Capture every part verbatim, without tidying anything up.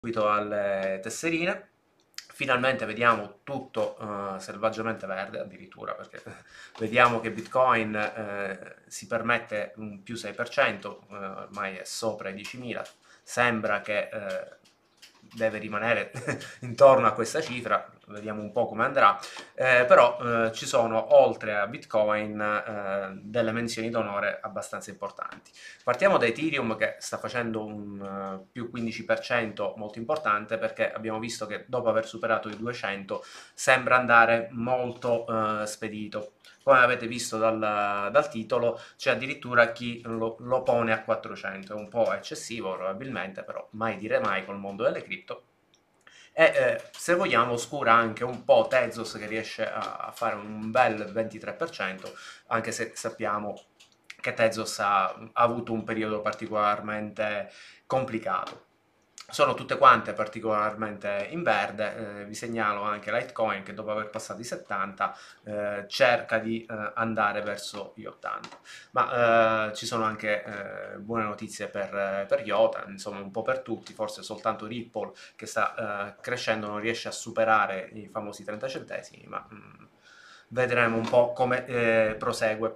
subito alle tesserine. Finalmente vediamo tutto uh, selvaggiamente verde addirittura, perché vediamo che Bitcoin eh, si permette un più sei per cento, eh, ormai è sopra i diecimila, sembra che eh, deve rimanere intorno a questa cifra, vediamo un po' come andrà, eh, però eh, ci sono oltre a Bitcoin eh, delle menzioni d'onore abbastanza importanti. Partiamo da Ethereum, che sta facendo un uh, più quindici per cento molto importante, perché abbiamo visto che dopo aver superato i duecento sembra andare molto uh, spedito. Come avete visto dal, dal titolo, c'è addirittura chi lo, lo pone a quattrocento, è un po' eccessivo probabilmente, però mai dire mai col mondo delle cripto. E eh, se vogliamo oscura anche un po' Tezos, che riesce a, a fare un bel ventitré per cento, anche se sappiamo che Tezos ha, ha avuto un periodo particolarmente complicato. Sono tutte quante particolarmente in verde, eh, vi segnalo anche Litecoin, che dopo aver passato i settanta eh, cerca di eh, andare verso gli ottanta. Ma eh, ci sono anche eh, buone notizie per, per I O T A, insomma un po' per tutti, forse soltanto Ripple, che sta eh, crescendo, non riesce a superare i famosi trenta centesimi, ma mh, vedremo un po' come eh, prosegue.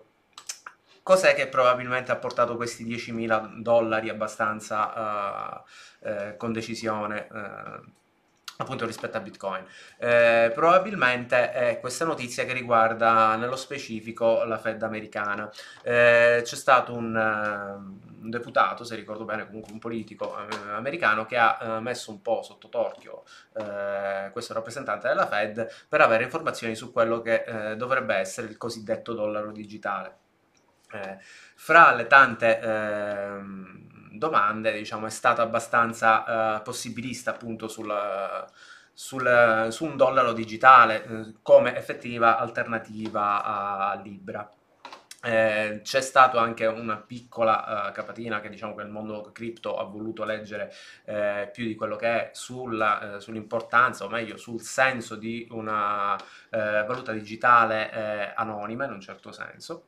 Cos'è che probabilmente ha portato questi diecimila dollari abbastanza uh, eh, con decisione uh, appunto rispetto a Bitcoin? Eh, probabilmente è questa notizia che riguarda nello specifico la Fed americana. Eh, c'è stato un, uh, un deputato, se ricordo bene, comunque un politico uh, americano, che ha uh, messo un po' sotto torchio uh, questo rappresentante della Fed per avere informazioni su quello che uh, dovrebbe essere il cosiddetto dollaro digitale. Eh, fra le tante eh, domande, diciamo, è stato abbastanza eh, possibilista appunto sul, sul, su un dollaro digitale eh, come effettiva alternativa a Libra. Eh, c'è stata anche una piccola uh, capatina che, diciamo, che il mondo cripto ha voluto leggere eh, più di quello che è sulla, eh, sull'importanza, o meglio sul senso di una eh, valuta digitale eh, anonima in un certo senso.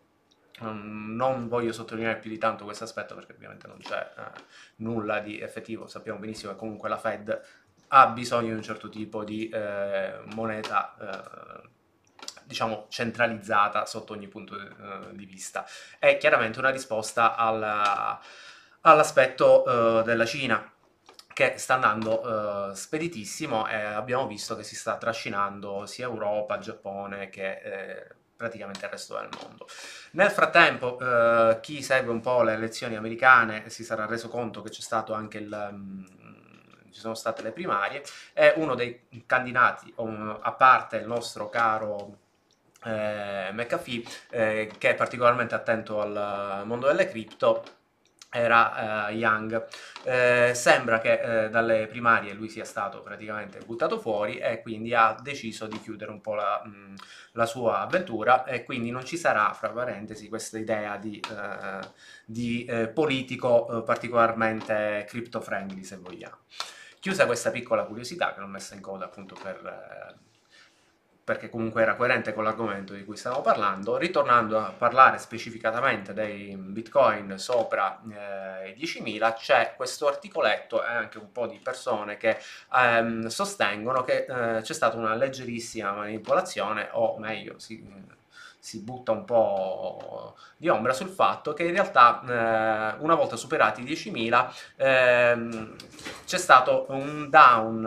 Non voglio sottolineare più di tanto questo aspetto, perché ovviamente non c'è eh, nulla di effettivo. Sappiamo benissimo che comunque la Fed ha bisogno di un certo tipo di eh, moneta eh, diciamo centralizzata sotto ogni punto di, uh, di vista. È chiaramente una risposta alla, all'aspetto uh, della Cina, che sta andando uh, speditissimo, e abbiamo visto che si sta trascinando sia Europa, Giappone che eh, praticamente il resto del mondo. Nel frattempo, uh, chi segue un po' le elezioni americane si sarà reso conto che c'è stato anche il... Um, ci sono state le primarie, e uno dei candidati, um, a parte il nostro caro eh, McAfee, eh, che è particolarmente attento al mondo delle cripto, era eh, Young. Eh, sembra che eh, dalle primarie lui sia stato praticamente buttato fuori, e quindi ha deciso di chiudere un po' la, mh, la sua avventura, e quindi non ci sarà, fra parentesi, questa idea di, eh, di eh, politico eh, particolarmente crypto friendly, se vogliamo. Chiusa questa piccola curiosità che l'ho messa in coda appunto per... Eh, perché comunque era coerente con l'argomento di cui stavamo parlando, ritornando a parlare specificatamente dei Bitcoin sopra eh, i diecimila, c'è questo articoletto e anche un po' di persone che ehm, sostengono che eh, c'è stata una leggerissima manipolazione, o meglio, si, si butta un po' di ombra sul fatto che in realtà eh, una volta superati i diecimila ehm, c'è stato un down,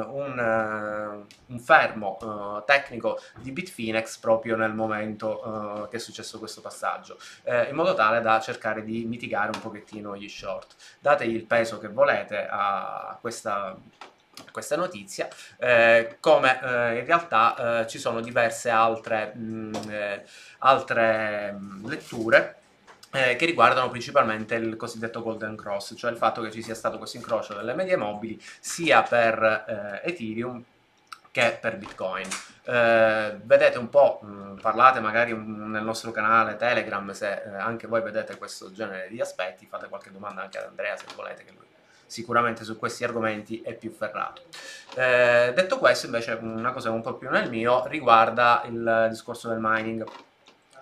un, uh, un fermo uh, tecnico di Bitfinex proprio nel momento uh, che è successo questo passaggio, eh, in modo tale da cercare di mitigare un pochettino gli short. Dategli il peso che volete a questa, questa notizia, eh, come eh, in realtà eh, ci sono diverse altre, mh, eh, altre mh, letture eh, che riguardano principalmente il cosiddetto Golden Cross, cioè il fatto che ci sia stato questo incrocio delle medie mobili sia per eh, Ethereum che per Bitcoin. Eh, vedete un po', mh, parlate magari nel nostro canale Telegram se eh, anche voi vedete questo genere di aspetti, fate qualche domanda anche ad Andrea se volete, che lui sicuramente su questi argomenti è più ferrato. Eh, detto questo, invece, una cosa un po' più nel mio riguarda il discorso del mining.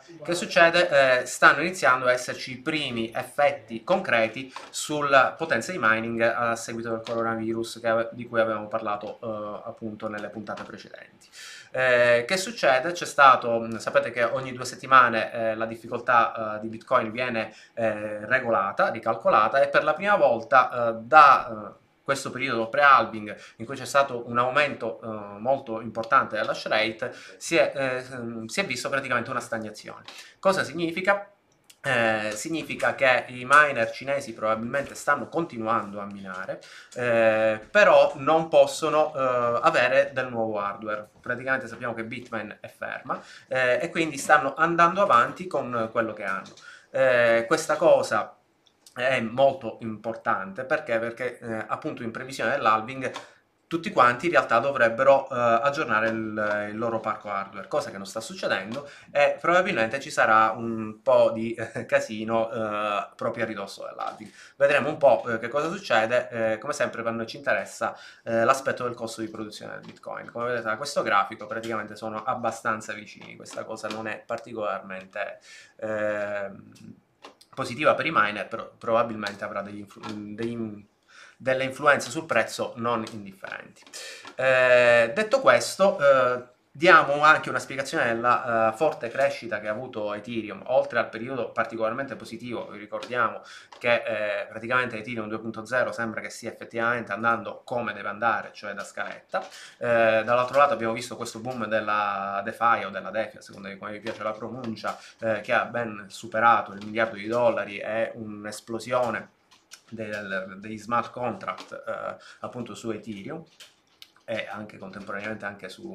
Che succede? Eh, stanno iniziando a esserci i primi effetti concreti sulla potenza di mining a seguito del coronavirus che, di cui avevamo parlato eh, appunto nelle puntate precedenti. Eh, che succede? C'è stato, sapete che ogni due settimane eh, la difficoltà eh, di Bitcoin viene eh, regolata, ricalcolata, e per la prima volta eh, da eh, questo periodo pre-halving in cui c'è stato un aumento eh, molto importante dell'hash rate, si è, eh, si è visto praticamente una stagnazione. Cosa significa? Eh, significa che i miner cinesi probabilmente stanno continuando a minare, eh, però non possono eh, avere del nuovo hardware. Praticamente sappiamo che Bitmain è ferma eh, e quindi stanno andando avanti con quello che hanno. Eh, questa cosa è molto importante perché, perché eh, appunto in previsione dell'halving tutti quanti in realtà dovrebbero eh, aggiornare il, il loro parco hardware, cosa che non sta succedendo, e probabilmente ci sarà un po' di eh, casino eh, proprio a ridosso dell'halving. Vedremo un po' eh, che cosa succede. Eh, come sempre per noi ci interessa eh, l'aspetto del costo di produzione del Bitcoin. Come vedete da questo grafico praticamente sono abbastanza vicini, questa cosa non è particolarmente eh, positiva per i miner, però probabilmente avrà degli influ degli, delle influenze sul prezzo non indifferenti. Eh, detto questo, eh, diamo anche una spiegazione della uh, forte crescita che ha avuto Ethereum, oltre al periodo particolarmente positivo. Vi ricordiamo che eh, praticamente Ethereum due punto zero sembra che stia effettivamente andando come deve andare, cioè da scaletta. Eh, dall'altro lato abbiamo visto questo boom della DeFi o della DeFi, a seconda di come vi piace la pronuncia, eh, che ha ben superato il miliardo di dollari e un'esplosione degli smart contract eh, appunto su Ethereum e anche contemporaneamente anche su,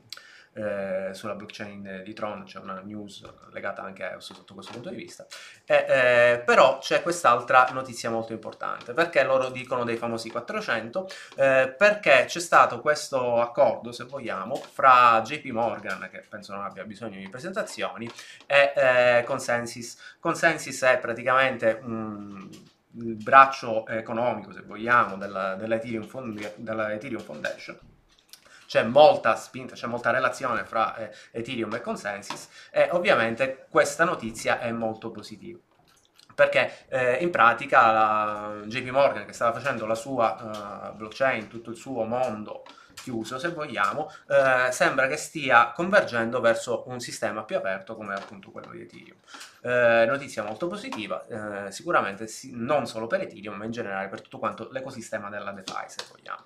eh, sulla blockchain di Tron. C'è una news legata anche sotto questo punto di vista. E, eh, però c'è quest'altra notizia molto importante. Perché loro dicono dei famosi quattrocento? Eh, perché c'è stato questo accordo, se vogliamo, fra J P Morgan, che penso non abbia bisogno di presentazioni, e eh, Consensys. Consensys è praticamente um, il braccio economico, se vogliamo, della, dell'Ethereum Fond- della Ethereum Foundation. C'è molta spinta, c'è molta relazione fra eh, Ethereum e Consensys, e ovviamente questa notizia è molto positiva. Perché eh, in pratica la J P Morgan, che stava facendo la sua uh, blockchain, tutto il suo mondo chiuso, se vogliamo, eh, sembra che stia convergendo verso un sistema più aperto come appunto quello di Ethereum. Eh, notizia molto positiva, eh, sicuramente sì, non solo per Ethereum, ma in generale per tutto quanto l'ecosistema della DeFi, se vogliamo.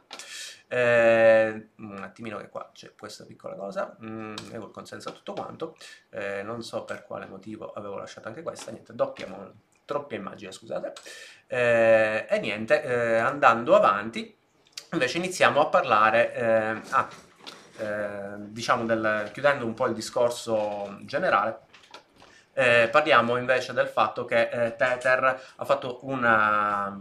Eh, un attimino che qua c'è questa piccola cosa, mm, e col consenso a tutto quanto, eh, non so per quale motivo avevo lasciato anche questa, niente, doppia troppe immagini, scusate, eh, e niente, eh, andando avanti, invece iniziamo a parlare, eh, ah, eh, diciamo, del, chiudendo un po' il discorso generale, eh, parliamo invece del fatto che eh, Tether ha fatto una,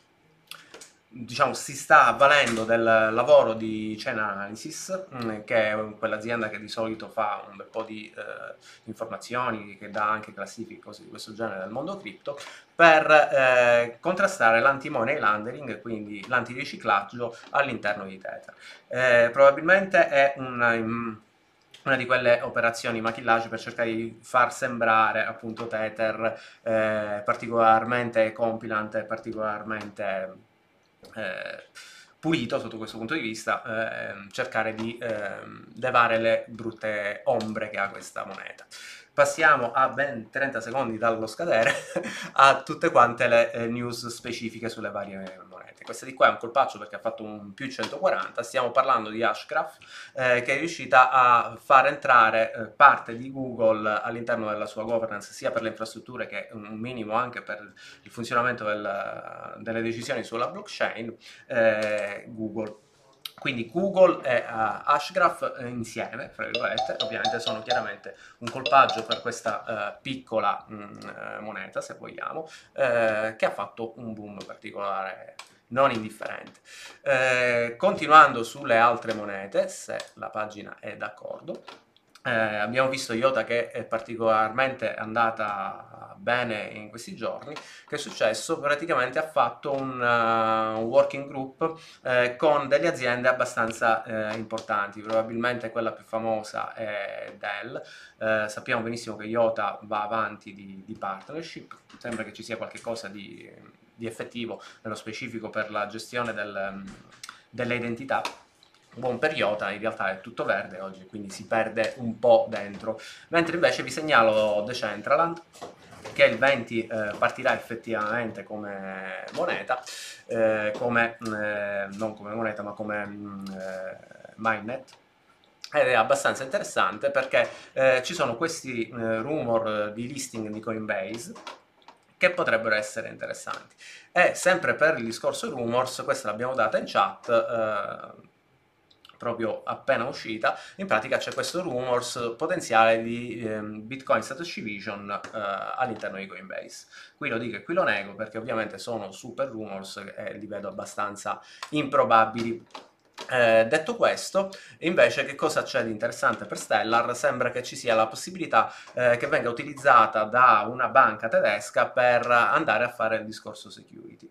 diciamo, si sta avvalendo del lavoro di Chainalysis, mh, che è quell'azienda che di solito fa un bel po' di eh, informazioni, che dà anche classifiche, cose di questo genere nel mondo cripto, per eh, contrastare l'anti-money laundering, quindi l'antiriciclaggio all'interno di Tether. Eh, probabilmente è un... una di quelle operazioni maquillage per cercare di far sembrare appunto Tether eh, particolarmente compliant, particolarmente eh, pulito sotto questo punto di vista, eh, cercare di eh, levare le brutte ombre che ha questa moneta. Passiamo a ben trenta secondi dallo scadere a tutte quante le eh, news specifiche sulle varie monete. Questa di qua è un colpaccio perché ha fatto un più centoquaranta. Stiamo parlando di Hashgraph, eh, che è riuscita a far entrare eh, parte di Google all'interno della sua governance, sia per le infrastrutture che un minimo anche per il funzionamento del, delle decisioni sulla blockchain. eh, Google. Quindi Google e uh, Hashgraph eh, insieme, fra virgolette, ovviamente sono chiaramente un colpagio per questa uh, piccola mh, moneta, se vogliamo, eh, che ha fatto un boom particolare non indifferente. Eh, continuando sulle altre monete, se la pagina è d'accordo, Eh, abbiamo visto IOTA che è particolarmente andata bene in questi giorni. Che è successo? Praticamente ha fatto un, uh, un working group eh, con delle aziende abbastanza eh, importanti, probabilmente quella più famosa è Dell. Eh, sappiamo benissimo che IOTA va avanti di, di partnership, sembra che ci sia qualcosa di, di effettivo nello specifico per la gestione del, delle identità. Buon per IOTA, in realtà è tutto verde oggi, quindi si perde un po' dentro. Mentre invece vi segnalo Decentraland, che il venti eh, partirà effettivamente come moneta, eh, come, eh, non come moneta ma come mm, eh, mainnet. Ed è abbastanza interessante perché eh, ci sono questi eh, rumor di listing di Coinbase che potrebbero essere interessanti. E sempre per il discorso rumors, questa l'abbiamo data in chat, eh, proprio appena uscita. In pratica c'è questo rumors potenziale di ehm, Bitcoin Satoshi Vision eh, all'interno di Coinbase. Qui lo dico e qui lo nego perché ovviamente sono super rumors e li vedo abbastanza improbabili. Eh, detto questo, invece, che cosa c'è di interessante per Stellar? Sembra che ci sia la possibilità eh, che venga utilizzata da una banca tedesca per andare a fare il discorso security.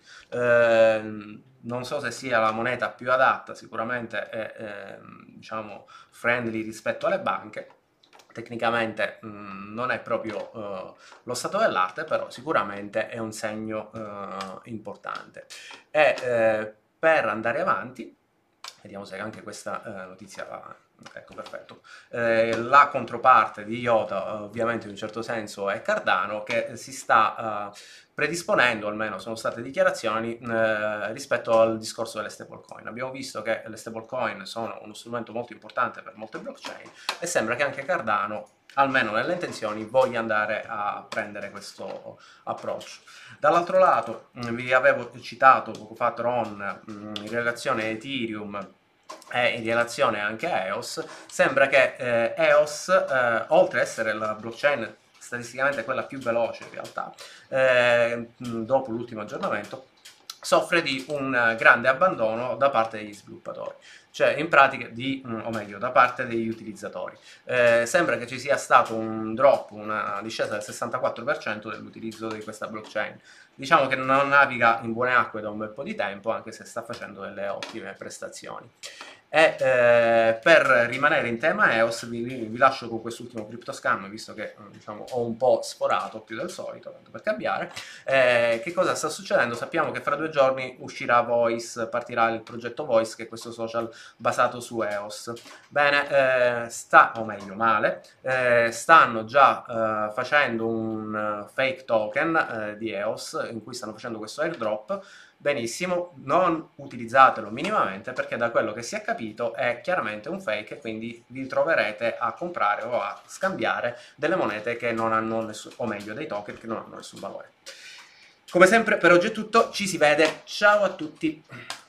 Eh, non so se sia la moneta più adatta, sicuramente è eh, diciamo friendly rispetto alle banche. Tecnicamente mh, non è proprio uh, lo stato dell'arte, però sicuramente è un segno uh, importante. E eh, per andare avanti, vediamo se anche questa eh, notizia va. Ecco, perfetto. Eh, la controparte di IOTA, ovviamente in un certo senso, è Cardano, che si sta eh, predisponendo, almeno sono state dichiarazioni, eh, rispetto al discorso delle stablecoin. Abbiamo visto che le stablecoin sono uno strumento molto importante per molte blockchain e sembra che anche Cardano, almeno nelle intenzioni, voglia andare a prendere questo approccio. Dall'altro lato, vi avevo citato poco fa Tron in relazione a Ethereum e in relazione anche a E O S. Sembra che eh, E O S, eh, oltre ad essere la blockchain statisticamente quella più veloce in realtà, eh, dopo l'ultimo aggiornamento, soffre di un grande abbandono da parte degli sviluppatori, cioè in pratica di, o meglio, da parte degli utilizzatori. Eh, sembra che ci sia stato un drop, una discesa del sessantaquattro per cento dell'utilizzo di questa blockchain. Diciamo che non naviga in buone acque da un bel po' di tempo, anche se sta facendo delle ottime prestazioni. E eh, per rimanere in tema E O S vi, vi lascio con quest'ultimo crypto scam, visto che diciamo, ho un po' sforato più del solito, tanto per cambiare. Eh, che cosa sta succedendo? Sappiamo che fra due giorni uscirà Voice, partirà il progetto Voice, che è questo social basato su E O S. Bene, eh, sta, o meglio male, eh, stanno già eh, facendo un fake token eh, di E O S in cui stanno facendo questo airdrop. Benissimo, non utilizzatelo minimamente perché da quello che si è capito è chiaramente un fake e quindi vi troverete a comprare o a scambiare delle monete che non hanno nessun, o meglio dei token che non hanno nessun valore. Come sempre per oggi è tutto, ci si vede, ciao a tutti!